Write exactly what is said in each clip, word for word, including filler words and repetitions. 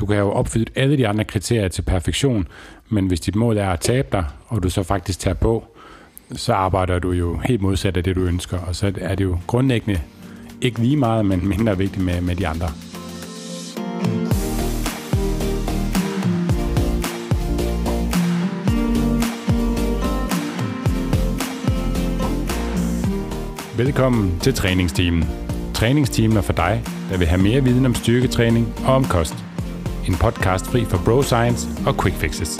du kan jo opfylde alle de andre kriterier til perfektion, men hvis dit mål er at tabe dig, og du så faktisk tager på, så arbejder du jo helt modsat af det, du ønsker. Og så er det jo grundlæggende ikke lige meget, men mindre vigtigt med, med de andre. Velkommen til Træningsteamen. Træningsteamen er for dig, der vil have mere viden om styrketræning og om kost. En podcast fri for bro science og quick fixes.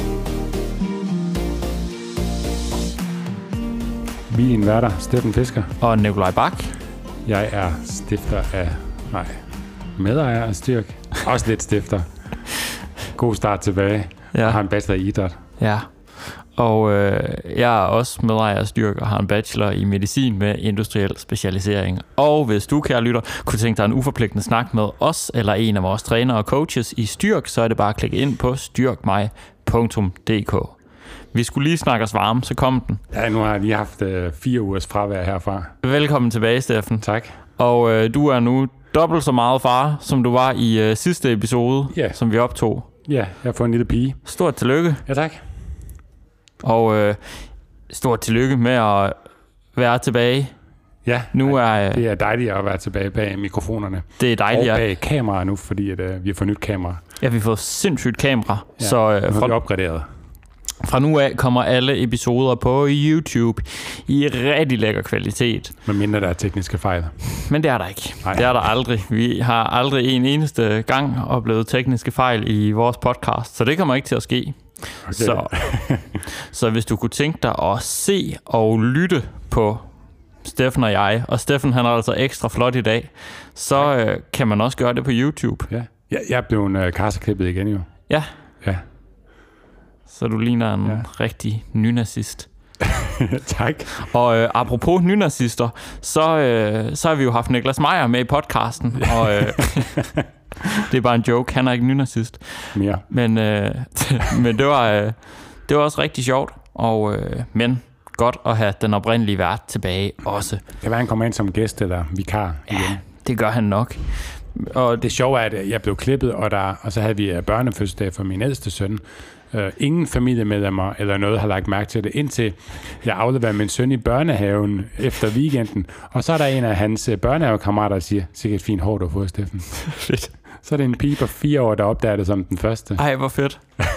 Vi er en værter, Steffen Fisker. Og Nikolaj Bak. Jeg er stifter af... Nej, medejer af Styrk. Også lidt stifter. God start tilbage. Ja. Og har en bachelor i idræt. Ja, og øh, jeg er også medejer af Styrk og har en bachelor i medicin med industriel specialisering. Og hvis du, kære lytter, kunne tænke dig en uforpligtende snak med os eller en af vores trænere og coaches i Styrk, så er det bare at klikke ind på styrkmig punktum d k. Vi skulle lige snakke os varme, så kom den. Ja, nu har jeg lige haft øh, fire ugers fravær herfra. Velkommen tilbage, Steffen. Tak. Og øh, du er nu dobbelt så meget far, som du var i øh, sidste episode, yeah. som vi optog. Ja, jeg har fået en lille pige. Stort tillykke. Ja, tak. Og øh, stort tillykke med at være tilbage. Ja, nu er, øh, det er dejligt at være tilbage bag mikrofonerne. Det er dejligt. Og bag kameraer nu, fordi at, øh, vi har fået nyt kamera. Ja, vi har fået sindssygt kamera. Ja, så øh, nu har fra, vi opgraderet. Fra nu af kommer alle episoder på YouTube i rigtig lækker kvalitet. Med mindre der er tekniske fejl. Men det er der ikke. Nej. Det er der aldrig. Vi har aldrig en eneste gang oplevet tekniske fejl i vores podcast, så det kommer ikke til at ske. Okay. Så, så hvis du kunne tænke dig at se og lytte på Steffen og jeg, og Steffen han er altså ekstra flot i dag, så øh, kan man også gøre det på YouTube. Ja, jeg, jeg er blevet øh, karseklippet igen jo. Ja. Ja. Så du ligner en ja. rigtig nynazist. Tak. Og øh, apropos nynazister, så, øh, så har vi jo haft Niklas Meyer med i podcasten, og øh, det er bare en joke, han er ikke nynazist. Mere. Men, øh, men det, var, øh, det var også rigtig sjovt, og, øh, men godt at have den oprindelige vært tilbage også. Det kan være, han kommer ind som gæst eller vikar igen. Ja, det gør han nok. Og det sjove er, at jeg blev klippet, og, der, og så havde vi børnefødselsdag for min ældste søn. Uh, ingen familiemedlemmer eller noget har lagt mærke til det, indtil jeg afleverer min søn i børnehaven efter weekenden. Og så er der en af hans børnehavekammerater, der siger, sikkert et fint hår, du har fået, Steffen. Fedt. Så er det en pige på fire år, der opdager det som den første. Ej, hvor fedt.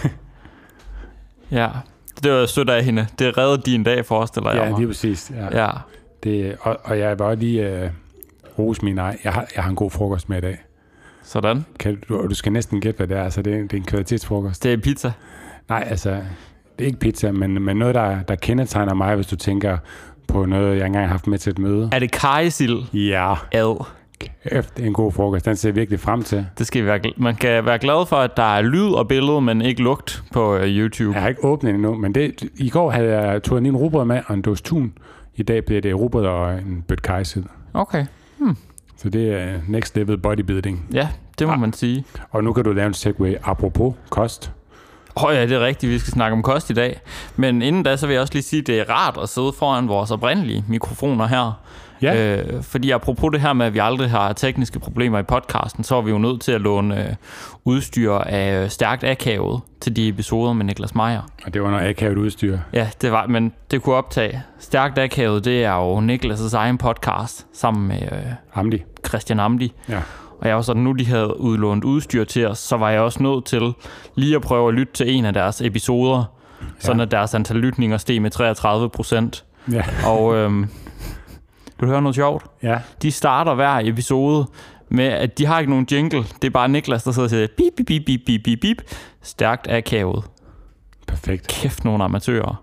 Ja, det var sødt af hende. Det reddede din dag, forestiller jeg mig. Ja, lige præcis. Ja. Ja. Det, og, og jeg vil også lige uh, rose min ej. Jeg har, jeg har en god frokost med i dag. Sådan. Kan du, du skal næsten gætte, hvad det er. Altså, det, er, det er en kvalitetsfrokost. Det er pizza. Nej, altså, det er ikke pizza, men, men noget, der, der kendetegner mig, hvis du tænker på noget, jeg engang har haft med til et møde. Er det karrysild? Ja. Ad. Kæft, det er en god frokost. Den ser jeg virkelig frem til. Det skal være, man kan være glad for, at der er lyd og billede, men ikke lugt på uh, YouTube. Jeg har ikke åbnet endnu, men det, i går havde jeg taget en rugbrød med og en dåse tun. I dag bliver det rugbrød og en bøtte karrysild. Okay. Hmm. Så det er next level bodybuilding. Ja, det må ah. man sige. Og nu kan du lave en segway apropos kost. Åh oh ja, det er rigtigt. Vi skal snakke om kost i dag. Men inden da, så vil jeg også lige sige, at det er rart at sidde foran vores oprindelige mikrofoner her. Ja. Øh, fordi apropos det her med, at vi aldrig har tekniske problemer i podcasten, så er vi jo nødt til at låne øh, udstyr af stærkt akavet til de episoder med Niklas Meyer. Og det var noget akavet udstyr. Ja, det var, men det kunne optage. Stærkt akavet, det er jo Niklas' egen podcast sammen med øh, Amdi. Christian Amdi. Ja. Og jeg var sådan, nu de havde udlånt udstyr til os, så var jeg også nødt til lige at prøve at lytte til en af deres episoder, ja. Sådan at deres antal lytninger steg med treogtredive procent. Ja. Og øhm, vil du høre noget sjovt? Ja. De starter hver episode med, at de har ikke nogen jingle. Det er bare Niklas, der sidder og siger, bip, bip, bip, bip, bip, bip, bip. Stærkt akavet. Perfekt. Kæft, nogle amatører.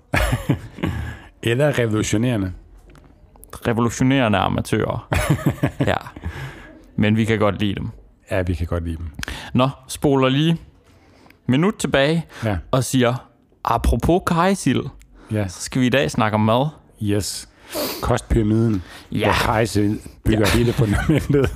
Eller revolutionerende. Revolutionerende amatører. Ja. Men vi kan godt lide dem. Ja, vi kan godt lide dem. Nå, spoler lige minut tilbage ja. og siger, apropos karrysild, ja. så skal vi i dag snakke om mad. Yes. Kostpyramiden, ja. hvor karrysild bygger ja. hele fundamentet.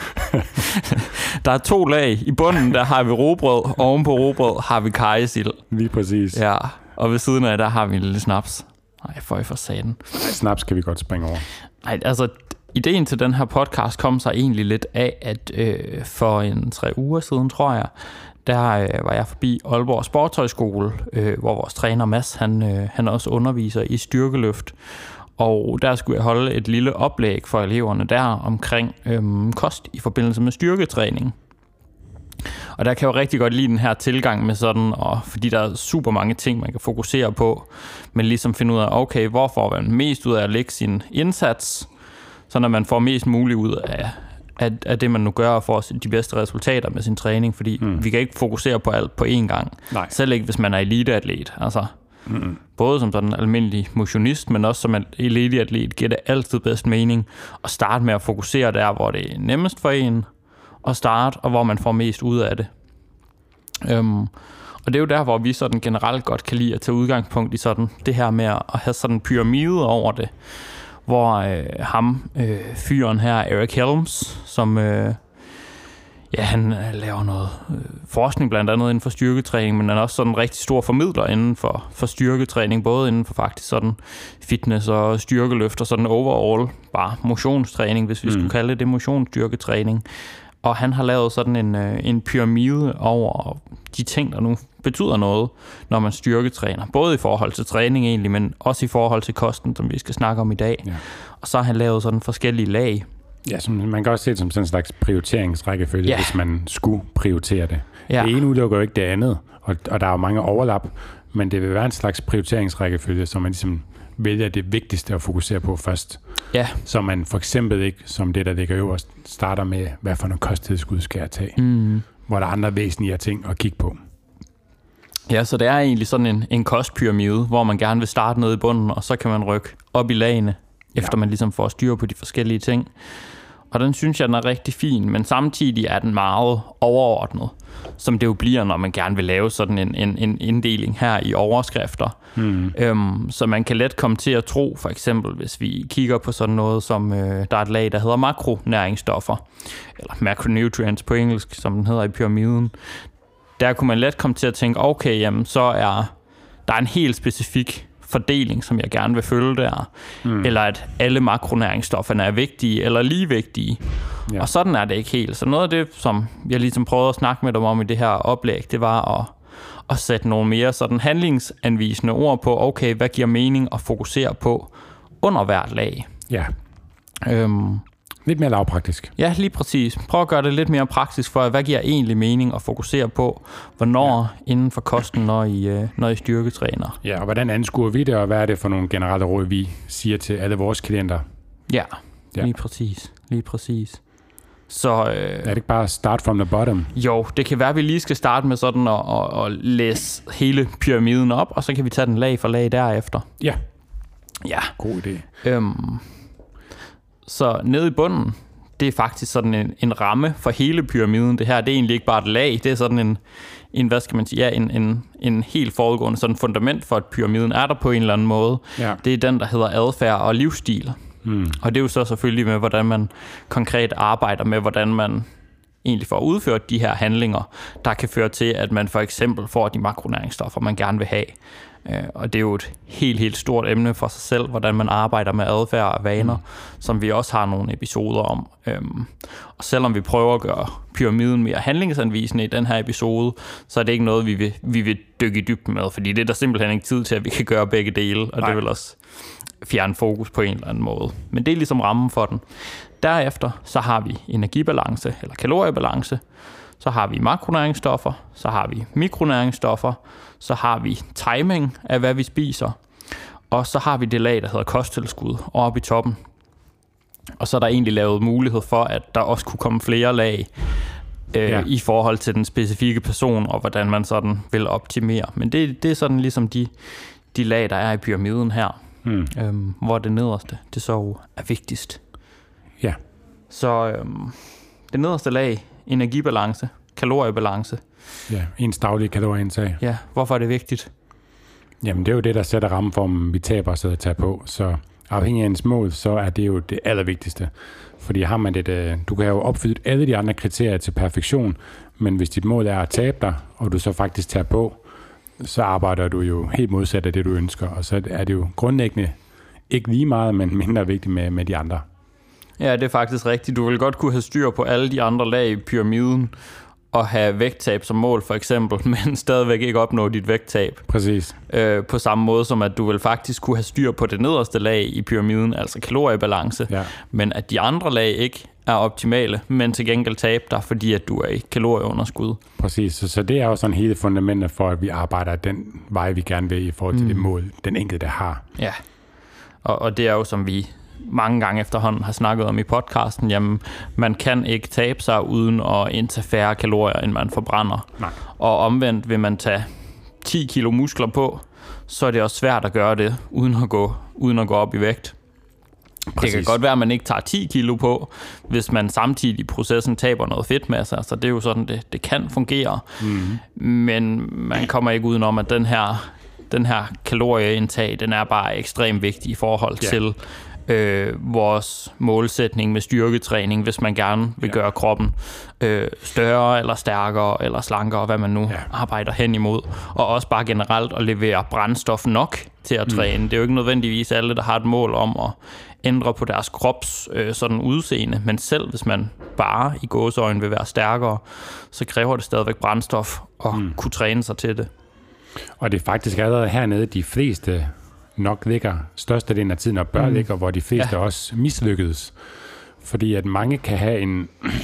Der er to lag. I bunden, der har vi rugbrød. Oven på rugbrød har vi karrysild. Lige præcis. Ja, og ved siden af, der har vi en lille snaps. Nej, for i for satan. Nej, snaps kan vi godt springe over. Nej, altså, ideen til den her podcast kom sig egentlig lidt af, at øh, for en tre uger siden, tror jeg, der øh, var jeg forbi Aalborg Sportshøjskole, øh, hvor vores træner Mads, han, øh, han også underviser i styrkeløft. Og der skulle jeg holde et lille oplæg for eleverne der omkring øh, kost i forbindelse med styrketræning. Og der kan jeg jo rigtig godt lide den her tilgang med sådan, og fordi der er super mange ting, man kan fokusere på, men ligesom finde ud af, okay, hvor får man mest ud af at lægge sin indsats, så når man får mest muligt ud af, af, af det, man nu gør, og får de bedste resultater med sin træning, fordi mm. vi kan ikke fokusere på alt på én gang. Nej. Selv ikke, hvis man er eliteatlet. Altså, mm. både som sådan en almindelig motionist, men også som en eliteatlet, giver det altid bedst mening at starte med at fokusere der, hvor det er nemmest for en at starte, og hvor man får mest ud af det. Øhm, og det er jo der, hvor vi sådan generelt godt kan lide at tage udgangspunkt i sådan det her med at have sådan en pyramide over det, hvor øh, ham, øh, fyren her, Eric Helms, som øh, ja, han laver noget øh, forskning blandt andet inden for styrketræning, men han er også sådan en rigtig stor formidler inden for, for styrketræning, både inden for faktisk sådan fitness og styrkeløft og sådan overall, bare motionstræning, hvis vi mm. skulle kalde det motionsstyrketræning. Og han har lavet sådan en, øh, en pyramide over de ting, der nu betyder noget, når man styrketræner. Både i forhold til træning egentlig, men også i forhold til kosten, som vi skal snakke om i dag. Ja. Og så har han lavet sådan forskellige lag. Ja, som man kan også se det som sådan en slags prioriteringsrækkefølge, ja. Hvis man skulle prioritere det. Ja. Det ene udelukker jo ikke det andet, og, og der er jo mange overlap, men det vil være en slags prioriteringsrækkefølge, som man ligesom vælger det vigtigste at fokusere på først. Ja. Så man for eksempel ikke, som det der ligger øverst, starter med, hvad for noget kosttilskud skal jeg tage, mm. hvor der er andre væsentlige ting at kigge på. Ja, så det er egentlig sådan en, en kostpyramide, hvor man gerne vil starte nede i bunden, og så kan man rykke op i lagene, efter ja. Man ligesom får styr på de forskellige ting. Og den synes jeg, den er rigtig fin, men samtidig er den meget overordnet, som det jo bliver, når man gerne vil lave sådan en, en, en inddeling her i overskrifter. Mm. Øhm, så man kan let komme til at tro, for eksempel hvis vi kigger på sådan noget som, øh, der er et lag, der hedder makronæringsstoffer, eller macronutrients på engelsk, som den hedder i pyramiden. Der kunne man let komme til at tænke, okay, jamen så er der er en helt specifik fordeling, som jeg gerne vil følge der, mm. eller at alle makronæringsstofferne er vigtige eller lige vigtige. Ja. Og sådan er det ikke helt. Så noget af det, som jeg ligesom prøvede at snakke med dem om i det her oplæg, det var at, at sætte nogle mere sådan handlingsanvisende ord på, okay, hvad giver mening at fokusere på under hvert lag. Ja. Øhm, lidt mere lavpraktisk. Ja, lige præcis. Prøv at gøre det lidt mere praktisk for, hvad giver egentlig mening at fokusere på, hvornår ja. Inden for kosten, når I, når I styrketræner. Ja, og hvordan anskuer vi det, og hvad er det for nogle generelle råd, vi siger til alle vores klienter? Ja, ja. lige præcis. Lige præcis. Så, øh, er det ikke bare start from the bottom? Jo, det kan være, at vi lige skal starte med sådan at, at, at læse hele pyramiden op, og så kan vi tage den lag for lag derefter. Ja. Ja. God idé. Øhm, så nede i bunden, det er faktisk sådan en, en ramme for hele pyramiden. Det her, det er egentlig ikke bare et lag, det er sådan en, en hvad skal man sige, ja, en, en, en helt forudgående sådan fundament for, at pyramiden er der på en eller anden måde. Ja. Det er den, der hedder adfærd og livsstil. Mm. Og det er jo så selvfølgelig med, hvordan man konkret arbejder med, hvordan man egentlig får udført de her handlinger, der kan føre til, at man for eksempel får de makronæringsstoffer, man gerne vil have. Og det er jo et helt, helt stort emne for sig selv, hvordan man arbejder med adfærd og vaner, mm. som vi også har nogle episoder om. Og selvom vi prøver at gøre pyramiden mere handlingsanvisende i den her episode, så er det ikke noget, vi vil, vi vil dykke i dybden med, fordi det er der simpelthen ikke tid til, at vi kan gøre begge dele, og Nej. Det vil også fjerne fokus på en eller anden måde. Men det er ligesom rammen for den. Derefter så har vi energibalance eller kaloriebalance, så har vi makronæringsstoffer, så har vi mikronæringsstoffer, så har vi timing af, hvad vi spiser, og så har vi det lag, der hedder kosttilskud oppe i toppen. Og så er der egentlig lavet mulighed for, at der også kunne komme flere lag øh, ja. I forhold til den specifikke person, og hvordan man sådan vil optimere. Men det, det er sådan ligesom de, de lag, der er i pyramiden her, hmm. øhm, hvor det nederste, det så er vigtigst. Ja. Så øhm, det nederste lag, energibalance, kaloriebalance. Ja, ens daglige kalorieindtag. Ja, hvorfor er det vigtigt? Jamen, det er jo det, der sætter rammen for, om vi taber os at tage på. Så afhængig af ens mål, så er det jo det allervigtigste. Fordi har man det, du kan jo opfylde alle de andre kriterier til perfektion, men hvis dit mål er at tabe dig, og du så faktisk tager på, så arbejder du jo helt modsat af det, du ønsker. Og så er det jo grundlæggende ikke lige meget, men mindre vigtigt med, med de andre. Ja, det er faktisk rigtigt. Du vil godt kunne have styr på alle de andre lag i pyramiden, at have vægttab som mål, for eksempel, men stadigvæk ikke opnå dit vægttab. Præcis. Øh, på samme måde som, at du vil faktisk kunne have styr på det nederste lag i pyramiden, altså kaloriebalance, ja. Men at de andre lag ikke er optimale, men til gengæld tabe dig, fordi at du er i kalorieunderskud. Præcis, så, så det er jo sådan hele fundamentet for, at vi arbejder den vej, vi gerne vil i forhold til mm. det mål, den enkelte har. Ja, og, og det er jo, som vi mange gange efterhånden har snakket om i podcasten, jamen, man kan ikke tabe sig uden at indtage færre kalorier, end man forbrænder. Nej. Og omvendt vil man tage ti kilo muskler på, så er det også svært at gøre det, uden at gå, uden at gå op i vægt. Præcis. Det kan godt være, at man ikke tager ti kilo på, hvis man samtidig i processen taber noget fedtmasse. Altså, det er jo sådan, det, det kan fungere. Mm-hmm. Men man kommer ikke udenom, at den her, den her kalorieindtag, den er bare ekstremt vigtig i forhold ja. til øh, vores målsætning med styrketræning, hvis man gerne vil ja. gøre kroppen øh, større eller stærkere eller slankere, hvad man nu ja. arbejder hen imod. Og også bare generelt at levere brændstof nok til at træne. Mm. Det er jo ikke nødvendigvis alle, der har et mål om at ændre på deres krops øh, sådan udseende, men selv hvis man bare i gåseøjne vil være stærkere, så kræver det stadigvæk brændstof at mm. kunne træne sig til det. Og det er faktisk allerede hernede, de fleste nok ligger størstedelen af tiden og bør mm. ligger, hvor de fleste ja. også mislykkedes. Fordi at mange kan have en,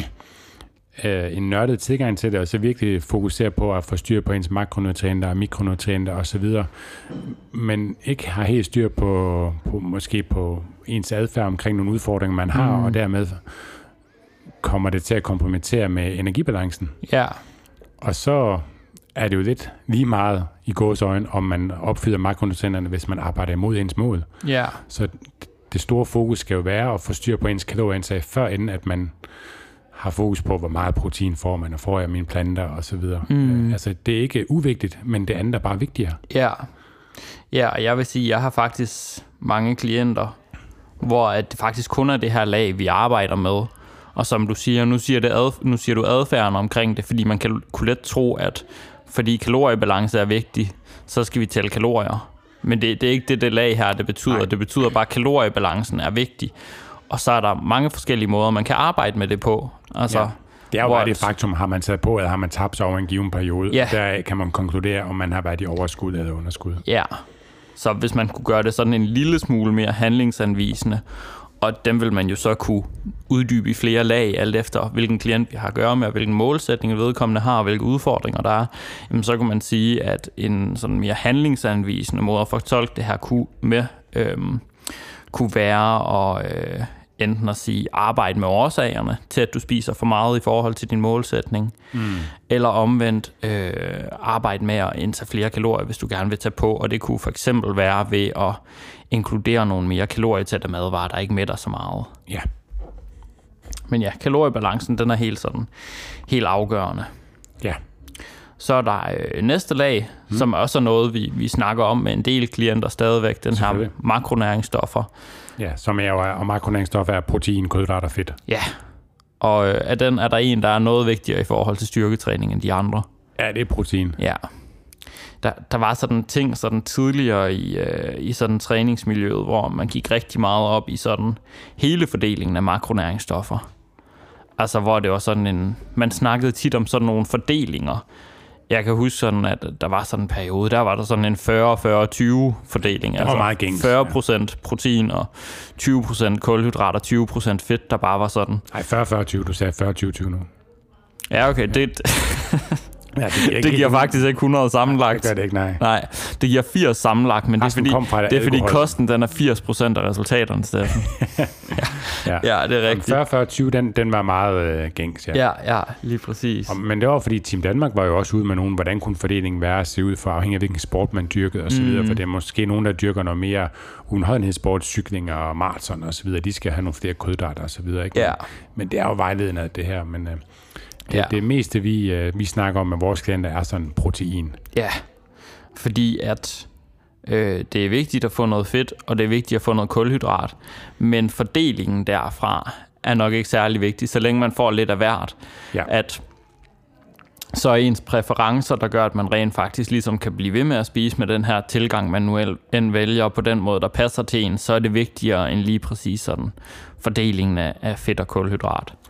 øh, en nørdet tilgang til det, og så virkelig fokusere på at få styr på ens makronutrienter og mikronutrienter osv., men ikke har helt styr på, på måske på ens adfærd omkring nogle udfordringer, man har, mm. og dermed kommer det til at kompromittere med energibalancen. Ja. Og så er det jo lidt lige meget i gåseøjne, om man opfylder makronutrienterne, hvis man arbejder imod ens mål. Ja. Så det store fokus skal jo være at få styr på ens kalorieindtag, før inden at man har fokus på, hvor meget protein får man, og får jeg mine planter og så videre. Mm. Altså, det er ikke uvigtigt, men det andet er bare vigtigere. Ja. Ja, og jeg vil sige, at jeg har faktisk mange klienter, hvor at det faktisk kun er det her lag, vi arbejder med. Og som du siger, nu siger, det ad, nu siger du adfærden omkring det, fordi man kan kunne let tro, at fordi kaloriebalance er vigtig, så skal vi tælle kalorier. Men det, det er ikke det, det lag her, det betyder. Nej. Det betyder bare, at kaloriebalancen er vigtig. Og så er der mange forskellige måder, man kan arbejde med det på. Altså, ja. Det er jo bare det faktum, har man taget på, eller har man tabt sig over en given periode. Ja. Der kan man konkludere, om man har været i overskud eller underskud. Ja, så hvis man kunne gøre det sådan en lille smule mere handlingsanvisende, og dem vil man jo så kunne uddybe i flere lag, alt efter hvilken klient vi har at gøre med, og hvilken målsætning vedkommende har, og hvilke udfordringer der er, jamen så kan man sige, at en sådan mere handlingsanvisende måde at fortolke det her kunne, med, øhm, kunne være at øh, enten at sige, arbejde med årsagerne til, at du spiser for meget i forhold til din målsætning, mm. eller omvendt øh, arbejde med at indtage flere kalorier, hvis du gerne vil tage på, og det kunne for eksempel være ved at inkludere nogle mere kalorietætte madvarer, der ikke mætter så meget. Ja. Men ja, kaloriebalancen, den er helt sådan, helt afgørende. Ja. Så er der øh, næste lag, mm. som også er noget, vi, vi snakker om med en del klienter stadigvæk, den her makronæringsstoffer. Ja, som er jo, og makronæringsstoffer er protein, kulhydrater og fedt. Ja, og øh, af den er der en, der er noget vigtigere i forhold til styrketræning end de andre. Ja, det er protein. Ja. Der, der var sådan ting sådan tidligere i, øh, i sådan træningsmiljøet, hvor man gik rigtig meget op i sådan hele fordelingen af makronæringsstoffer. Altså hvor det var sådan en, man snakkede tit om sådan nogle fordelinger. Jeg kan huske sådan, at der var sådan en periode, der var der sådan en fyrre fyrre tyve fordeling. Det var altså meget gængs. fyrre procent protein og tyve procent kulhydrat og tyve procent fedt, der bare var sådan. Nej, fyrre fyrre tyve, du sagde fyrre tyve tyve nu. Ja, okay, det... Ja, det, giver, det giver faktisk ikke hundrede sammenlagt. Det gør det ikke, nej. Nej, det giver firs sammenlagt, men Resten det er fordi, det er fordi kosten den er firs procent af resultaterne, Steffen. ja. Ja. ja, det er rigtigt. fyrre fyrre tyve, den, den var meget øh, gængs, ja. Ja, ja, lige præcis. Og, men det var fordi Team Danmark var jo også ude med nogen, hvordan kunne fordelingen være at se ud for afhængig af hvilken sport man dyrkede og så videre, mm. for det er måske nogen, der dyrker noget mere udenholdenhedssport, cykling og maraton og så videre, de skal have nogle flere kulhydrater og så videre, ikke? Ja. Men det er jo vejledende af det her, men... Øh, Det, ja. det meste, vi, øh, vi snakker om med vores klienter, er sådan protein. Ja, fordi at øh, det er vigtigt at få noget fedt, og det er vigtigt at få noget kulhydrat. Men fordelingen derfra er nok ikke særlig vigtig, så længe man får lidt af hvert. Ja. At så er ens præferencer, der gør, at man rent faktisk ligesom kan blive ved med at spise med den her tilgang, man nu end vælger, på den måde, der passer til en, så er det vigtigere end lige præcis sådan fordelingen af, af fedt og kulhydrat.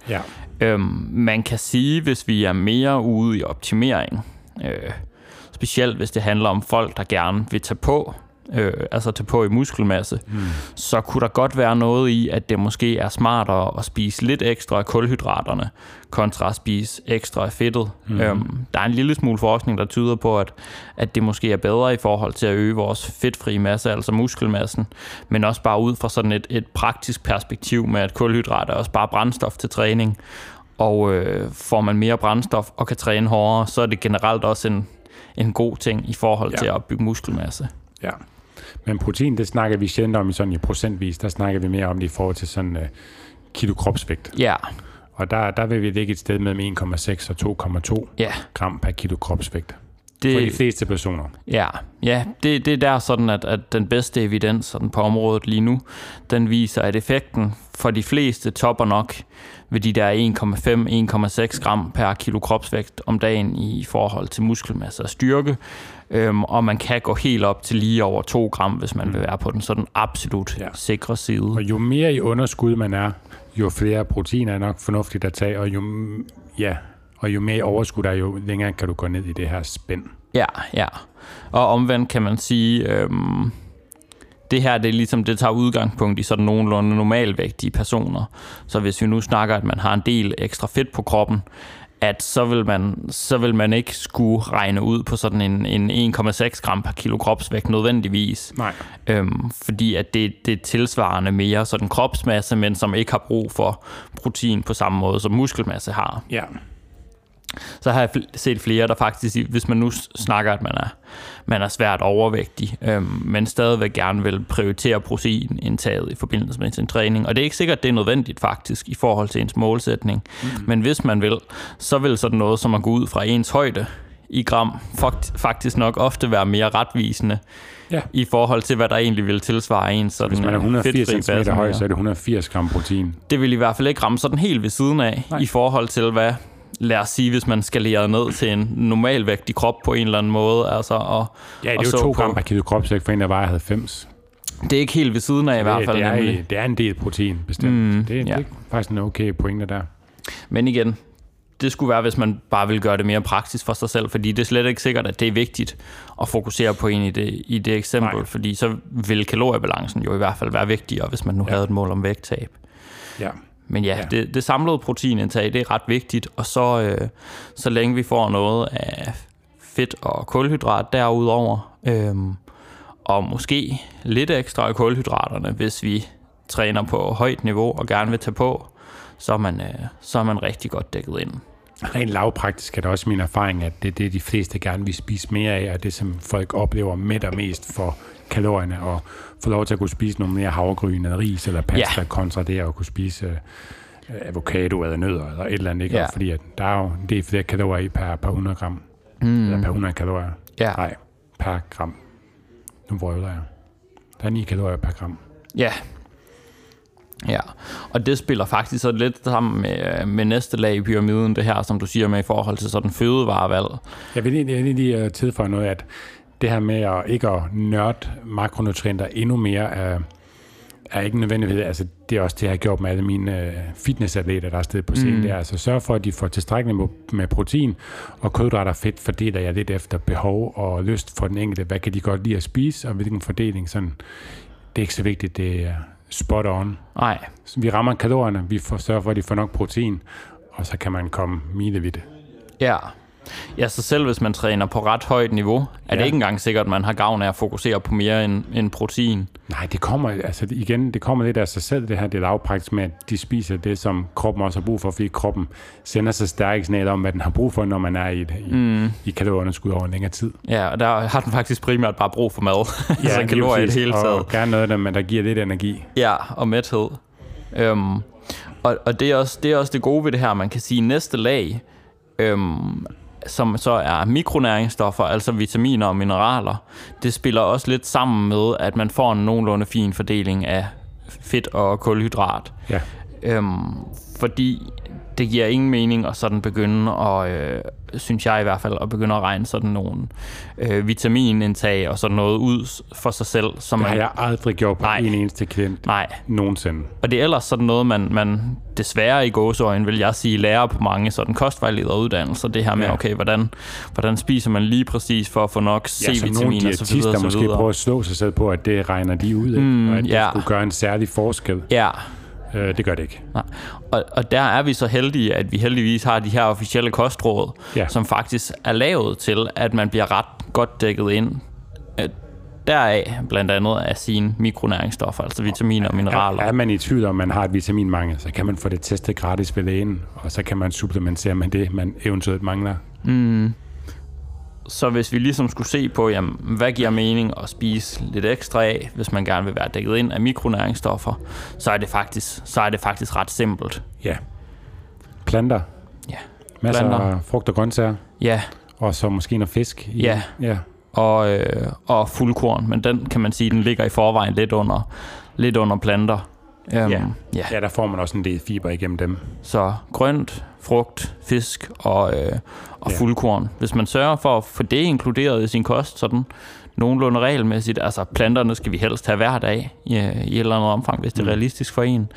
Ja. Øhm, man kan sige, hvis vi er mere ude i optimering, øh, specielt hvis det handler om folk, der gerne vil tage på, øh, altså tage på i muskelmasse, mm. så kunne der godt være noget i, at det måske er smartere at spise lidt ekstra af kulhydraterne, kontra at spise ekstra af fedtet. Mm. Øhm, der er en lille smule forskning, der tyder på, at, at det måske er bedre i forhold til at øge vores fedtfrie masse, altså muskelmassen, men også bare ud fra sådan et, et praktisk perspektiv med, at kulhydrater er også bare brændstof til træning, og øh, får man mere brændstof og kan træne hårdere, så er det generelt også en, en god ting i forhold ja. til at opbygge muskelmasse. Ja, men protein, det snakker vi sjældent om i sådan i procentvis, der snakker vi mere om det i forhold til sådan uh, kilo kropsvægt. Ja. Og der, der vil vi ligge et sted mellem en komma seks og to komma to ja. gram per kilo kropsvægt. Det, for de fleste personer. Ja, ja det, det er der sådan, at, at den bedste evidens sådan på området lige nu, den viser, at effekten for de fleste topper nok ved de der en komma fem til en komma seks gram per kilo kropsvægt om dagen i forhold til muskelmasse og styrke. Øhm, og man kan gå helt op til lige over to gram, hvis man mm. vil være på den sådan absolut ja. sikre side. Og jo mere i underskud man er, jo flere proteiner er nok fornuftigt at tage, og jo, ja, og jo mere i overskud er, jo længere kan du gå ned i det her spænd. Ja, ja. Og omvendt kan man sige, øhm, det her det er ligesom, det tager udgangspunkt i sådan nogenlunde normalvægtige personer. Så hvis vi nu snakker, at man har en del ekstra fedt på kroppen, at så vil man, så vil man ikke skulle regne ud på sådan en, en en komma seks gram per kilo kropsvægt nødvendigvis. Nej. Øhm, fordi at det, det er tilsvarende mere sådan kropsmasse, men som ikke har brug for protein på samme måde, som muskelmasse har. Ja. Så har jeg set flere, der faktisk, hvis man nu snakker, at man er, man er svært overvægtig, øhm, men stadigvæk gerne vil prioritere proteinindtaget i forbindelse med sin træning. Og det er ikke sikkert, at det er nødvendigt faktisk i forhold til ens målsætning. Mm. Men hvis man vil, så vil sådan noget som at gå ud fra ens højde i gram faktisk nok ofte være mere retvisende ja. i forhold til, hvad der egentlig vil tilsvare ens sådan hvis man er et hundrede og firs centimeter høj, så er det et hundrede og firs gram protein. Det vil i hvert fald ikke ramme sådan helt ved siden af, Nej. i forhold til, hvad lad os sige, hvis man skalerer ned til en normalvægtig krop på en eller anden måde. Altså, og, ja, det er jo to gram per kilo kropsvægt for en, der vejer halvfems. Det er ikke helt ved siden af det, i hvert fald. Det er, det er en del protein, bestemt. Mm, det, ja. det er faktisk en okay pointe der. Men igen, det skulle være, hvis man bare vil gøre det mere praktisk for sig selv, fordi det er slet ikke sikkert, at det er vigtigt at fokusere på en i det, i det eksempel, Nej. fordi så vil kaloriebalancen jo i hvert fald være vigtigere, hvis man nu ja. havde et mål om vægttab. Ja. Men ja, ja. Det, det samlede proteinindtag, det er ret vigtigt, og så, øh, så længe vi får noget af fedt og kulhydrat derudover, øh, og måske lidt ekstra af kulhydraterne, hvis vi træner på højt niveau og gerne vil tage på, så er man, øh, så er man rigtig godt dækket ind. Rent lavpraktisk er det også min erfaring, at det er det, de fleste gerne vil spise mere af, og det, som folk oplever mætter mest for kalorierne, og få lov til at kunne spise nogle mere havregryn eller ris eller pasta, ja. kontra det at kunne spise øh, avocado eller nødder eller et eller andet, ikke? Ja. Fordi at der er jo en del flere kalorier i per, per hundrede gram, mm. eller per hundrede kalorier. Ja. Nej, per gram. Nu vrøvler jeg. Der er ni kalorier per gram. Ja. Ja, og det spiller faktisk så lidt sammen med, med næste lag i pyramiden, det her, som du siger med i forhold til sådan fødevarevalg. Jeg vil egentlig lige tilføje noget, at det her med at ikke at nørde makronutrienter endnu mere er, er ikke nødvendigt. Altså, det er også det, jeg har gjort med alle mine fitnessatleter, der er stedet på scenen. Mm. Det er altså sørge for, at de får tilstrækkeligt med protein, og kulhydrater og fedt fordeler jeg lidt efter behov og lyst for den enkelte. Hvad kan de godt lide at spise, og hvilken fordeling? Sådan, det er ikke så vigtigt, det er spot on. Nej. Vi rammer kalorierne, vi får sørge for, at de får nok protein, og så kan man komme milevidt. Ja. Ja, så selv hvis man træner på ret højt niveau, er ja. det ikke engang sikkert, at man har gavn af at fokusere på mere end, end protein. Nej, det kommer, altså igen, det kommer lidt af sig selv, det her, det er lavpraktisk med, at de spiser det, som kroppen også har brug for, fordi kroppen sender så stærke signaler om, hvad den har brug for, når man er i, i, mm. i kalorieunderskud over en længere tid. Ja, og der har den faktisk primært bare brug for mad. Ja, så kalorier i det hele taget. Og gerne noget, der, der giver lidt energi. Ja, og mæthed. Øhm, og og det, er også, det er også det gode ved det her, man kan sige, næste lag, øhm, som så er mikronæringsstoffer, altså vitaminer og mineraler, det spiller også lidt sammen med, at man får en nogenlunde fin fordeling af fedt og kulhydrat. Ja. Øhm, fordi det giver ingen mening at sådan begynde at, øh, synes jeg i hvert fald, at begynde at regne sådan nogle øh, vitaminindtag og sådan noget ud for sig selv. Som det man, har jeg aldrig gjort på nej, en eneste klient. Nej. Nogensinde. Og det er ellers sådan noget, man, man desværre i gåseøjne, vil jeg sige, lærer på mange sådan kostvejlederuddannelser. Det her med, ja. okay, hvordan, hvordan spiser man lige præcis for at få nok C-vitamin ja, og så videre. Der måske prøver at slå sig selv på, at det regner de ud, mm, og at det ja. skulle gøre en særlig forskel. Ja. Øh, det gør det ikke. Nej. Og, og der er vi så heldige, at vi heldigvis har de her officielle kostråd, ja. som faktisk er lavet til, at man bliver ret godt dækket ind. Deraf blandt andet af sine mikronæringsstoffer, altså vitaminer og mineraler. Er, er man i tvivl om, man har et vitaminmangel, så kan man få det testet gratis ved lægen, og så kan man supplementere med det, man eventuelt mangler. Mm. Så hvis vi ligesom skulle se på, jamen, hvad giver mening at spise lidt ekstra af, hvis man gerne vil være dækket ind af mikronæringsstoffer, så er det faktisk, så er det faktisk ret simpelt. Ja. Planter. Ja. Masser Planter. af frugt og grøntsager. Ja. Og så måske noget fisk. I, ja. ja. Og, øh, og fuldkorn, men den kan man sige, den ligger i forvejen lidt under, lidt under planter. Um, ja. Ja. ja, der får man også en del fiber igennem dem. Så grønt, frugt, fisk og, øh, og ja. fuldkorn. Hvis man sørger for at få det inkluderet i sin kost, sådan nogenlunde regelmæssigt, altså planterne skal vi helst have hver dag i, i et eller andet omfang, hvis det er mm. realistisk for en,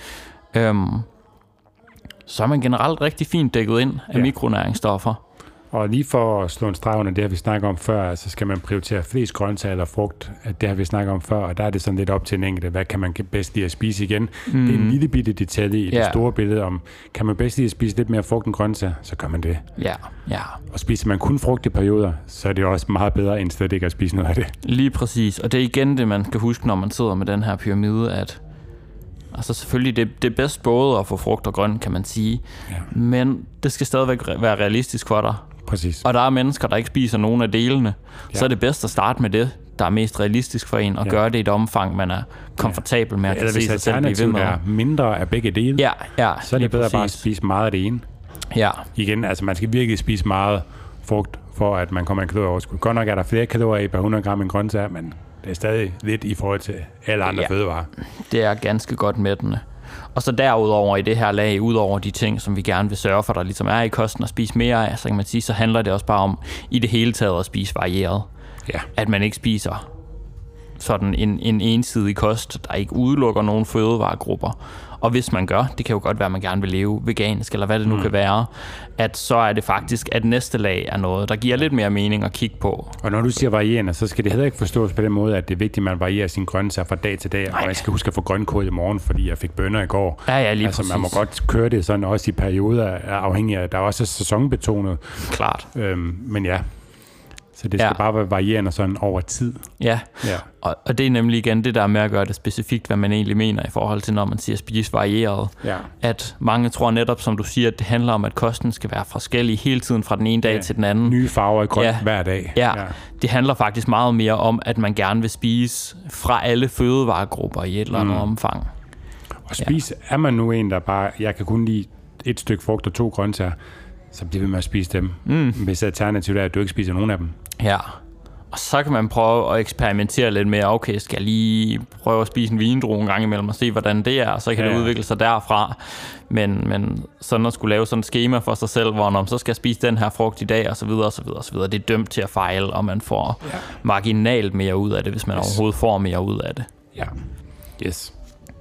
um, så er man generelt rigtig fint dækket ind af ja. mikronæringsstoffer. Og lige for at slå en streg under det, har vi snakket om før, så skal man prioritere flest grøntsager eller frugt. Det har vi snakket om før, og der er det sådan lidt op til en enkelt. Hvad kan man bedst lide at spise igen? Mm. Det er en lille bitte detalje i yeah. det store billede om, kan man bedst lide at spise lidt mere frugt end grøntsager, så gør man det. Ja, ja. Og spiser man kun frugt i perioder, så er det også meget bedre, end slet ikke at spise noget af det. Lige præcis, og det er igen det, man skal huske, når man sidder med den her pyramide, at altså selvfølgelig, det, det er bedst både at få frugt og grønt, kan man sige, ja. men det skal stadigvæk være realistisk for dig. Præcis. Og der er mennesker, der ikke spiser nogen af delene. Ja. Så er det bedst at starte med det, der er mest realistisk for en, og ja. gøre det i et omfang, man er komfortabel med at ja. se sig selv blive ved med. Eller hvis er mindre af begge dele, ja, ja, så er det bedre præcis. bare at spise meget af det ene. Ja. Igen, altså man skal virkelig spise meget frugt, for at man kommer en kalorieoverskud. Godt nok er der flere kalorier i per hundrede gram end grøntsager, men det er stadig lidt i forhold til alle andre ja. fødevarer. Det er ganske godt mættende. Og så derudover i det her lag, udover de ting, som vi gerne vil sørge for, der ligesom er i kosten at spise mere af, så kan man sige, så handler det også bare om i det hele taget at spise varieret. Ja. At man ikke spiser sådan en, en ensidig kost, der ikke udelukker nogen fødevaregrupper. Og hvis man gør, det kan jo godt være, at man gerne vil leve vegansk, eller hvad det nu mm. kan være, at så er det faktisk, at næste lag er noget, der giver lidt mere mening at kigge på. Og når du siger varierende, så skal det heller ikke forstås på den måde, at det er vigtigt, at man varierer sine grøntsager fra dag til dag. Nej. Og jeg skal huske at få grønkål i morgen, fordi jeg fik bønner i går. Ja, ja, lige altså, præcis. Man må godt køre det sådan også i perioder, afhængig af, der er også sæsonbetonet. Klart. Øhm, men ja, så det skal ja. bare være varierende sådan over tid. Ja, ja. Og, og det er nemlig igen det, der er med at gøre det specifikt, hvad man egentlig mener i forhold til, når man siger spise varieret. Ja. At mange tror netop, som du siger, at det handler om, at kosten skal være forskellig hele tiden fra den ene dag ja. til den anden. Nye farver i grønt ja. hver dag. Ja. ja, det handler faktisk meget mere om, at man gerne vil spise fra alle fødevaregrupper i et eller andet mm. omfang. Og spise, ja. er man nu en, der bare, jeg kan kun lide et stykke frugt og to grøntsager, så bliver vi med at spise dem. Mm. Hvis alternativet er, at du ikke spiser nogen af dem. Ja, og så kan man prøve at eksperimentere lidt med, okay, skal jeg lige prøve at spise en vindrue en gang imellem og se, hvordan det er, og så kan ja. det udvikle sig derfra. Men, men sådan at skulle lave sådan et schema for sig selv, hvor man så skal jeg spise den her frugt i dag, og så videre, og så videre, og så videre. Det er dømt til at fejle, og man får ja. marginalt mere ud af det, hvis man yes. overhovedet får mere ud af det. Ja, yes.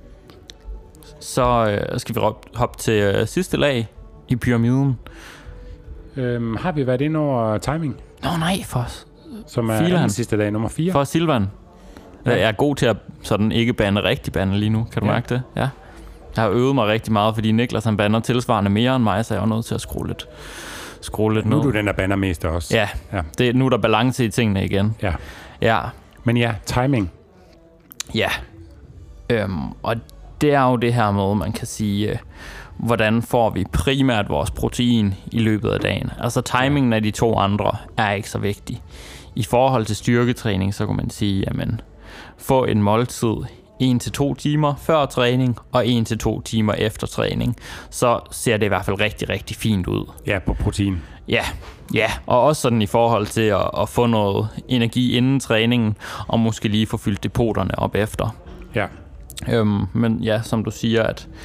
Så øh, skal vi hoppe til øh, sidste lag i pyramiden. Øhm, har vi været inde over timing? Nå nej, for som er den sidste dag, nummer fire. For Silvan. Ja. Jeg er god til at sådan ikke bande rigtig bande lige nu. Kan du ja. mærke det? Ja. Jeg har øvet mig rigtig meget, fordi Niklas han bander tilsvarende mere end mig, så jeg er nødt til at skrue lidt, skrue lidt nu ned. Nu er du den, der bander mest også. Ja, ja. Det, nu er der balance i tingene igen. Ja. Ja. Men ja, timing. Ja. Øhm, og det er jo det her med, man kan sige, øh, hvordan får vi primært vores protein i løbet af dagen. Altså timingen af de to andre er ikke så vigtig. I forhold til styrketræning, så kan man sige, jamen, få en måltid en til to timer før træning og en til to timer efter træning, så ser det i hvert fald rigtig, rigtig fint ud. Ja, på protein. Ja, ja, og også sådan i forhold til at, at få noget energi inden træningen, og måske lige få fyldt depoterne op efter. Ja. Øhm, men ja, som du siger, at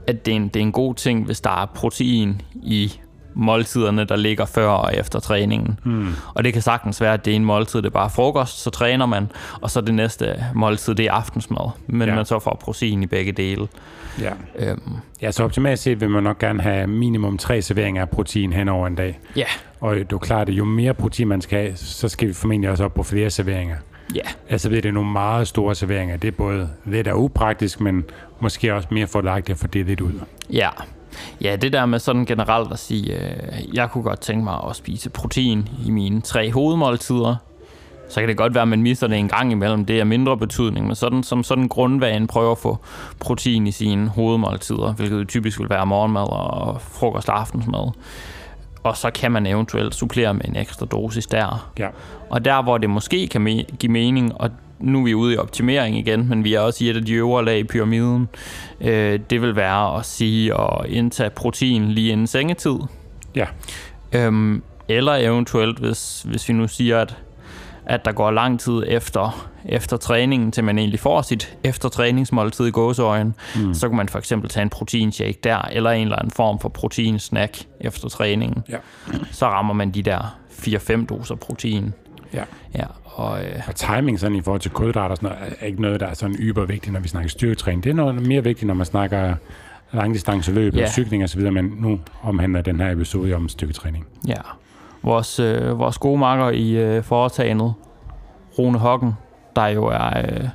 at det er, en, det er en god ting, hvis der er protein i måltiderne, der ligger før og efter træningen. Mm. Og det kan sagtens være, at det er en måltid, det er bare frokost, så træner man, og så det næste måltid, det er aftensmad. Men ja. man så får protein i begge dele. Ja, øhm. ja så optimalt set vil man nok gerne have minimum tre serveringer af protein hen over en dag. Ja. Og det er klart, at jo mere protein man skal have, så skal vi formentlig også op på flere serveringer. Ja. Altså ved det er nogle meget store serveringer. Det er både lidt og upraktisk, men måske også mere fordelagtigt at få det lidt ud. Ja. Ja, det der med sådan generelt at sige, øh, jeg kunne godt tænke mig at spise protein i mine tre hovedmåltider. Så kan det godt være, at man mister det en gang imellem. Det er mindre betydning, men sådan, som sådan grundvane prøver at få protein i sine hovedmåltider, hvilket typisk vil være morgenmad og frokost og aftensmad. Og så kan man eventuelt supplere med en ekstra dosis der. Ja. Og der, hvor det måske kan me- give mening, og nu er vi ude i optimering igen, men vi er også i et af de øvre lag i pyramiden, øh, det vil være at sige at indtage protein lige inden sengetid. Ja. Øhm, eller eventuelt, hvis, hvis vi nu siger, at, at der går lang tid efter, efter træningen, til man egentlig får sit eftertræningsmåltid i gåseøjne, mm. så kan man for eksempel tage en proteinshake der, eller en eller anden form for proteinsnack efter træningen. Ja. Så rammer man de der fire fem doser protein. Ja. Ja, og, øh, og timing sådan i forhold til kulhydrater og sådan noget, er ikke noget, der er sådan ybervigtigt, når vi snakker styrketræning. Det er noget mere vigtigt, når man snakker langdistanceløb ja. og cykling og så videre, men nu omhandler den her episode om styrketræning. Ja, vores, øh, vores gode makker i øh, foretagendet, Rune Hoggen, der jo er... Øh,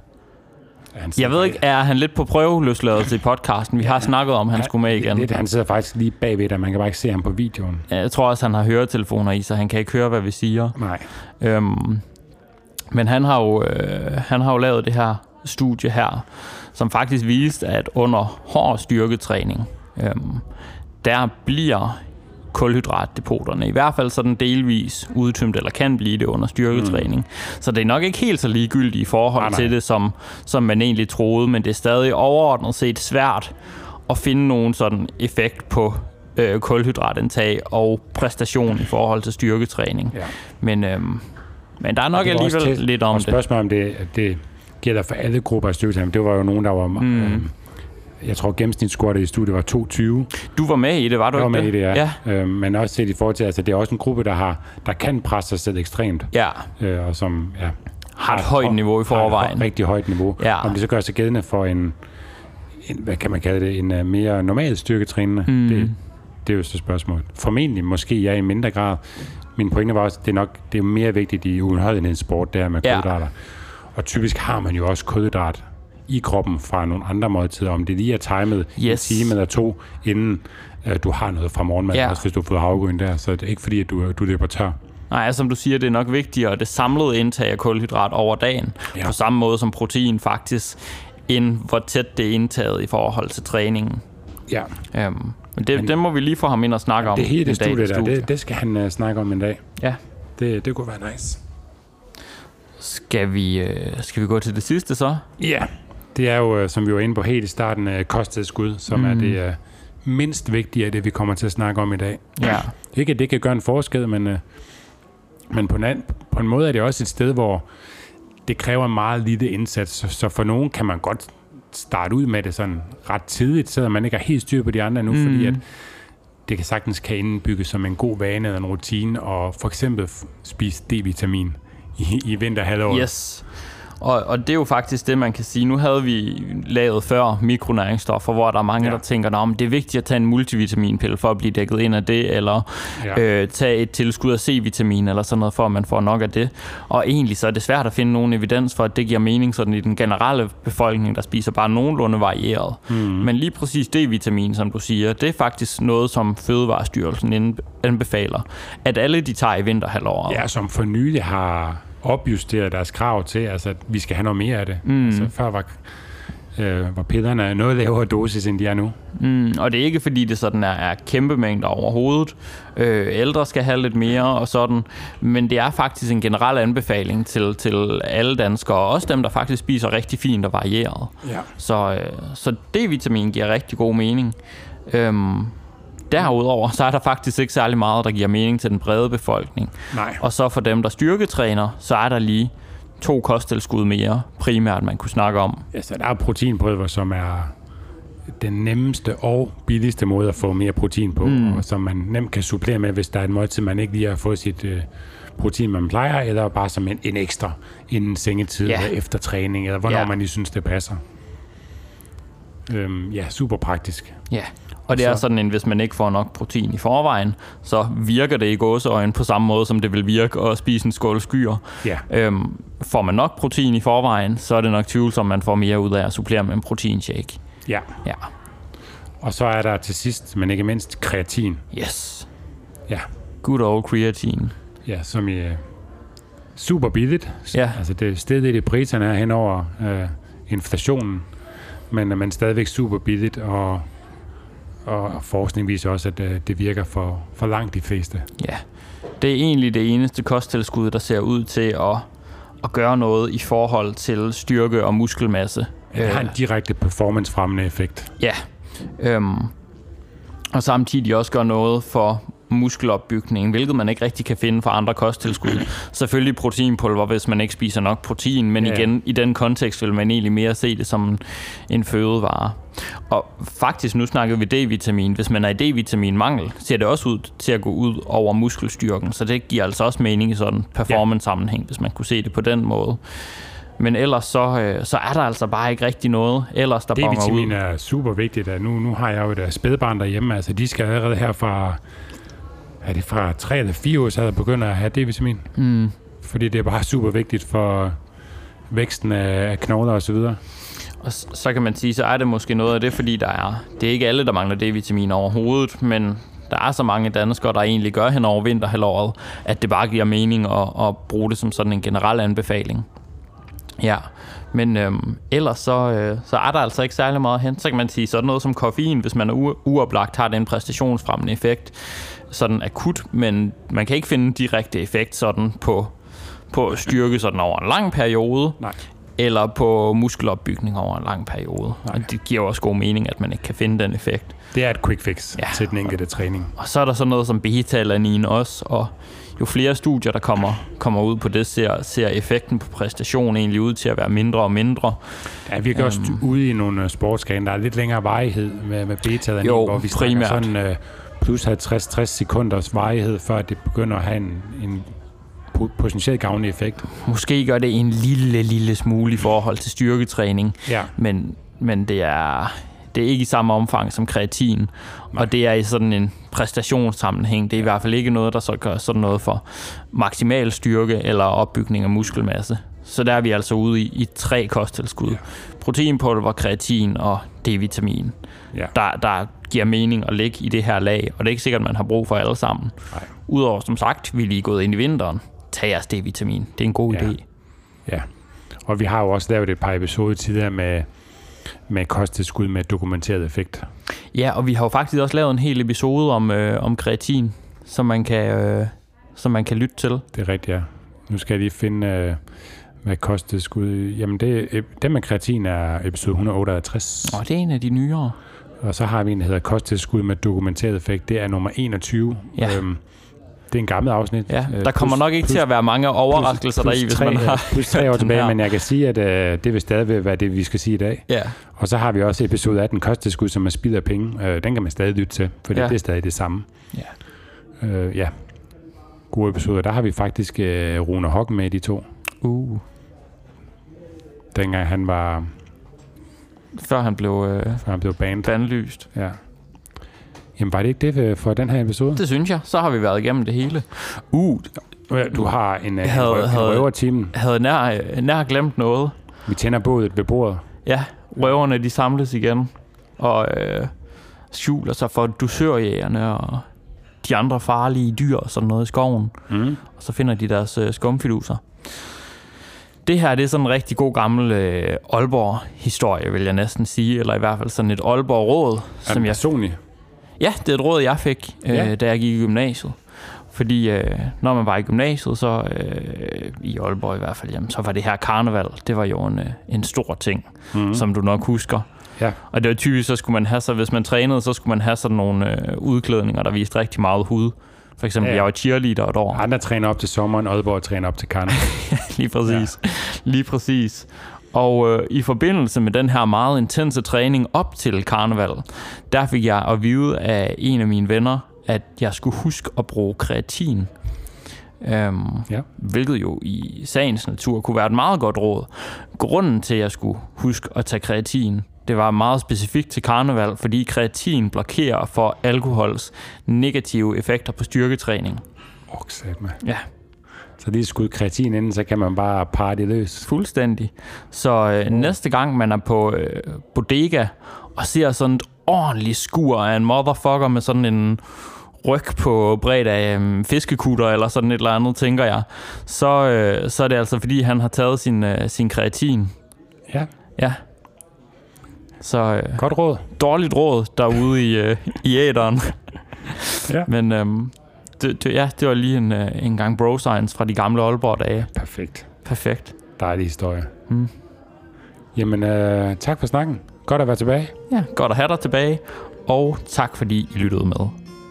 jeg ved ikke, er han lidt på prøveløsladelse i podcasten? Vi har snakket om, at han ja, skulle med igen. Det, det, han sidder faktisk lige bagved dig. Man kan bare ikke se ham på videoen. Jeg tror også, han har høretelefoner i, så han kan ikke høre, hvad vi siger. Nej. Øhm, men han har, jo, øh, han har jo lavet det her studie her, som faktisk viste, at under hård styrketræning, øh, der bliver kulhydratdepoterne i hvert fald sådan delvis udtømt, eller kan blive det under styrketræning. Mm. Så det er nok ikke helt så ligegyldigt i forhold nej, nej. til det, som, som man egentlig troede, men det er stadig overordnet set svært at finde nogen sådan effekt på øh, kulhydratindtag og præstation i forhold til styrketræning. Ja. Men, øh, men der er nok alligevel til, lidt om det. Spørgsmål om det, det gælder for alle grupper af styrketræning. Det var jo nogen, der var... Mm. Øh, jeg tror, gennemsnitsscore i studiet var to komma tyve. Du var med i det, var du ikke det? Jeg var med i det, ja. ja. Øh, men også set i forhold til, altså det er også en gruppe, der har, der kan presse sig selv ekstremt. Ja. Øh, og som ja, har et har, højt niveau i forvejen. Har et rigtig højt niveau. Ja. Om det så gør sig gældende for en, en, hvad kan man kalde det, en uh, mere normal styrketrænende, mm. det, det er jo så spørgsmålet. Formentlig måske ja, i mindre grad. Min pointe var også, det er nok det er mere vigtigt i udenholdenhedssport, det her med kulhydrater. Ja. Og typisk har man jo også kulhydrat i kroppen fra nogle andre måltider, om det lige er timet yes. en time eller to, inden øh, du har noget fra morgenmad, ja. også hvis du har fået havregryn der, så det er ikke fordi, at du, du løber tør. Nej, som du siger, det er nok vigtigere det samlede indtag af kulhydrat over dagen, ja. på samme måde som protein faktisk, end hvor tæt det er indtaget i forhold til træningen. Ja. Øhm, men det, men det må vi lige få ham ind og snakke om. Det hele det studie der, det, det skal han uh, snakke om en dag. Ja. Det, det kunne være nice. Skal vi, øh, skal vi gå til det sidste så? Ja. Det er jo, som vi var inde på helt i starten, kosttilskud, som mm. er det uh, mindst vigtige af det, vi kommer til at snakke om i dag. Ja. Ikke at det kan gøre en forskel, men, uh, men på, en anden, på en måde er det også et sted, hvor det kræver en meget lille indsats. Så, så for nogen kan man godt starte ud med det sådan ret tidligt, selvom man ikke har helt styr på de andre nu, mm. fordi at det kan sagtens kan indbygges som en god vane eller en rutine, og for eksempel spise D-vitamin i, i vinterhalvåret. Yes. Og, og det er jo faktisk det, man kan sige. Nu havde vi lavet før mikronæringsstoffer, hvor der er mange, ja. der tænker, at det er vigtigt at tage en multivitaminpille for at blive dækket ind af det, eller ja. øh, tage et tilskud af C-vitamin, eller sådan noget, for at man får nok af det. Og egentlig så er det svært at finde nogen evidens for, at det giver mening sådan i den generelle befolkning, der spiser bare nogenlunde varieret. Mm. Men lige præcis D-vitamin, som du siger, det er faktisk noget, som Fødevarestyrelsen anbefaler, at alle de tager i vinterhalvåret. Ja, som for nylig har opjusteret deres krav til, altså at vi skal have noget mere af det. Mm. Altså før var, øh, var pillerne noget lavere dosis, end de er nu. Mm, og det er ikke fordi, det sådan er, er kæmpe mængder overhovedet. Øh, ældre skal have lidt mere og sådan. Men det er faktisk en generel anbefaling til, til alle danskere, og også dem, der faktisk spiser rigtig fint og varieret. Ja. Så, øh, så D-vitamin giver rigtig god mening. Øhm, Derudover, så er der faktisk ikke særlig meget, der giver mening til den brede befolkning. Nej. Og så for dem, der styrketræner, så er der lige to kosttilskud mere, primært man kunne snakke om. Ja, så der er proteinpulver, som er den nemmeste og billigste måde at få mere protein på, mm. og som man nemt kan supplere med, hvis der er en måltid, man ikke lige har fået sit øh, protein, man plejer, eller bare som en, en ekstra inden sengetid, yeah. eller efter træning, eller hvornår yeah. man lige synes, det passer. Øhm, ja, super praktisk. Ja, yeah. Og det så. er sådan, at hvis man ikke får nok protein i forvejen, så virker det i gåseøjne på samme måde, som det vil virke at spise en skål skyer. Yeah. Øhm, får man nok protein i forvejen, så er det nok tvivlsomt, man får mere ud af at supplere med en proteinshake. Ja. ja. Og så er der til sidst, men ikke mindst, kreatin. Yes. Ja. Good old kreatin. Ja, som i uh, super billigt. Ja. Altså det er stedet i priserne her hen over uh, inflationen, men, men stadigvæk super billigt, og, og forskning viser også, at uh, det virker for, for langt de fleste. Ja. Det er egentlig det eneste kosttilskud, der ser ud til at, at gøre noget i forhold til styrke og muskelmasse. Ja, det har en direkte performancefremmende effekt. Ja, øhm, og samtidig også gør noget for muskelopbygningen, hvilket man ikke rigtig kan finde for andre kosttilskud. Selvfølgelig proteinpulver, hvis man ikke spiser nok protein, men ja. igen, i den kontekst vil man egentlig mere se det som en fødevare. Og faktisk, nu snakkede vi D-vitamin. Hvis man er i D-vitaminmangel, ser det også ud til at gå ud over muskelstyrken, så det giver altså også mening i sådan en performance-sammenhæng, hvis man kunne se det på den måde. Men ellers så, øh, så er der altså bare ikke rigtig noget ellers, der bonger ud. D-vitamin er super vigtigt. At nu, nu har jeg jo et spædbarn derhjemme. Altså, de skal allerede her fra, er det fra tre eller fire år, så er der begyndt at have D-vitamin. Mm. Fordi det er bare super vigtigt for væksten af knogler og så videre. Og så kan man sige, så er det måske noget af det, fordi der er, det er ikke alle, der mangler D-vitamin overhovedet, men der er så mange danskere, der egentlig gør hen over vinterhalvåret, at det bare giver mening at, at bruge det som sådan en generel anbefaling. Ja, men øhm, ellers så, øh, så er der altså ikke særlig meget hen. Så kan man sige sådan noget som koffein, hvis man er u- uoplagt, har det en præstationsfremmende effekt, sådan akut, men man kan ikke finde en direkte effekt sådan på, på styrke sådan over en lang periode. Nej. Eller på muskelopbygning over en lang periode. Nej. Og det giver også god mening, at man ikke kan finde den effekt. Det er et quick fix ja. til den enkelte træning. Og så er der sådan noget som beta-alanin også, og jo flere studier, der kommer, kommer ud på det, ser, ser effekten på præstation egentlig ud til at være mindre og mindre. Ja, vi er um, også ude i nogle sportsgrene, der er lidt længere varighed med, med beta-alanin, jo, hvor vi primært. snakker sådan uh, plus halvtreds til tres sekunders varighed, før det begynder at have en, en potentielt gavnlig effekt. Måske gør det en lille, lille smule i forhold til styrketræning, ja. men, men det er... Det er ikke i samme omfang som kreatin, Nej. og det er i sådan en præstationssammenhæng. Det er i hvert fald ikke noget, der så gør sådan noget for maksimal styrke eller opbygning af muskelmasse. Så der er vi altså ude i, i tre kosttilskud. Ja. Proteinpulver, kreatin og D-vitamin. Ja. Der, der giver mening at ligge i det her lag, og det er ikke sikkert, at man har brug for alle sammen. Nej. Udover, som sagt, vi er lige gået ind i vinteren. Tag jeres D-vitamin. Det er en god ja. idé. Ja, og vi har jo også lavet et par episoder tidligere med med kosttilskud med dokumenteret effekt. Ja, og vi har jo faktisk også lavet en hel episode om, øh, om kreatin, som man, kan, øh, som man kan lytte til. Det er rigtigt, ja. Nu skal jeg lige finde, øh, hvad kosttilskud... Jamen, det, det med kreatin er episode et hundrede otteoghalvtreds. Åh, det er en af de nyere. Og så har vi en, der hedder kosttilskud med dokumenteret effekt. Det er nummer enogtyve. Ja. Øhm, det er en gammel afsnit. Ja, der kommer plus, nok ikke plus, til at være mange overraskelser plus, plus deri, hvis tre, man har... Plus tre år tilbage, men jeg kan sige, at øh, det vil stadig være det, vi skal sige i dag. Ja. Og så har vi også episode atten, kosttilskud, som er spild af penge. Øh, den kan man stadig lytte til, fordi ja. det er stadig det samme. Ja. Øh, ja. Gode episoder. Der har vi faktisk øh, Rune Hoggen med i de to. Uh. Dengang han var... Før han blev, øh, før han blev banned. bandlyst. Ja. Jamen, var det ikke det for den her episode? Det synes jeg. Så har vi været igennem det hele. Uh, du har en, en, havde, en røverteam. Havde nær, nær glemt noget. Vi tænder bådet ved bordet. Ja, røverne de samles igen og øh, skjuler sig for dusørjægerne og de andre farlige dyr og sådan noget i skoven. Mm. Og så finder de deres øh, skumfiduser. Det her, det er sådan en rigtig god gammel øh, Aalborg-historie, vil jeg næsten sige. Eller i hvert fald sådan et Aalborg-råd. Er det personligt? Ja, det er et råd, jeg fik, øh, ja. da jeg gik i gymnasiet. Fordi øh, når man var i gymnasiet, så øh, i Aalborg i hvert fald, jamen, så var det her karneval. Det var jo en, øh, en stor ting, mm. som du nok husker. Ja. Og det var typisk, så skulle man have så, hvis man trænede, så skulle man have sådan nogle øh, udklædninger, der viste rigtig meget hud. For eksempel, ja. jeg var cheerleader et år. Andre træner op til sommeren, Aalborg træner op til karneval. Lige præcis. Ja. Lige præcis. Og øh, i forbindelse med den her meget intense træning op til karneval, der fik jeg at vide af en af mine venner, at jeg skulle huske at bruge kreatin. Øhm, ja. Hvilket jo i sagens natur kunne være et meget godt råd. Grunden til, at jeg skulle huske at tage kreatin, det var meget specifikt til karneval, fordi kreatin blokerer for alkohols negative effekter på styrketræning. Åh, oh, ja. Så lige skud kreatin inden, så kan man bare party løs. Fuldstændig. Så øh, oh. næste gang man er på øh, bodega og ser sådan et ordentligt skur af en motherfucker med sådan en ryg på bredt af øh, fiskekutter eller sådan et eller andet, tænker jeg, så, øh, så er det altså fordi, han har taget sin, øh, sin kreatin. Ja. Ja. Så, øh, godt råd. Dårligt råd derude i, øh, i æderen. Ja. Men øh, det, det, ja, det var lige en, øh, en gang bro science fra de gamle Aalborg-dage. Perfekt. Perfekt. Dejlig historie. Mm. Jamen, øh, tak for snakken. Godt at være tilbage. Ja, godt at have dig tilbage. Og tak fordi I lyttede med.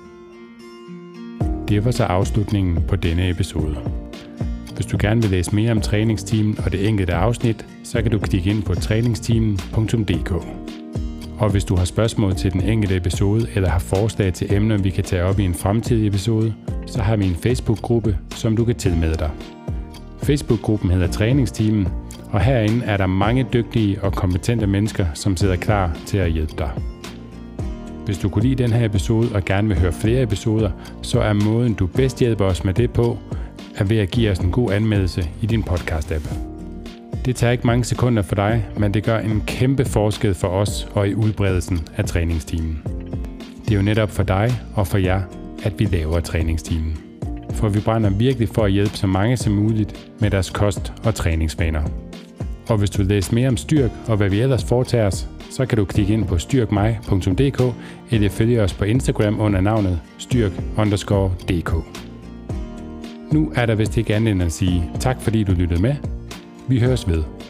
Det var så afslutningen på denne episode. Hvis du gerne vil læse mere om træningsteamen og det enkelte afsnit, så kan du klikke ind på træningsteamen punktum d k. Og hvis du har spørgsmål til den enkelte episode, eller har forslag til emner, vi kan tage op i en fremtidig episode, så har vi en Facebook-gruppe, som du kan tilmelde dig. Facebook-gruppen hedder Træningsteamen, og herinde er der mange dygtige og kompetente mennesker, som sidder klar til at hjælpe dig. Hvis du kunne lide den her episode og gerne vil høre flere episoder, så er måden, du bedst hjælper os med det på, er ved at give os en god anmeldelse i din podcast-app. Det tager ikke mange sekunder for dig, men det gør en kæmpe forskel for os og i udbredelsen af træningsteamen. Det er jo netop for dig og for jer, at vi laver træningsteamen. For vi brænder virkelig for at hjælpe så mange som muligt med deres kost- og træningsvaner. Og hvis du vil læse mere om styrk og hvad vi ellers foretager os, så kan du klikke ind på styrk mig punktum d k eller følge os på Instagram under navnet styrk underscore d k. Nu er der vist ikke andet end at sige tak fordi du lyttede med. Vi høres ved.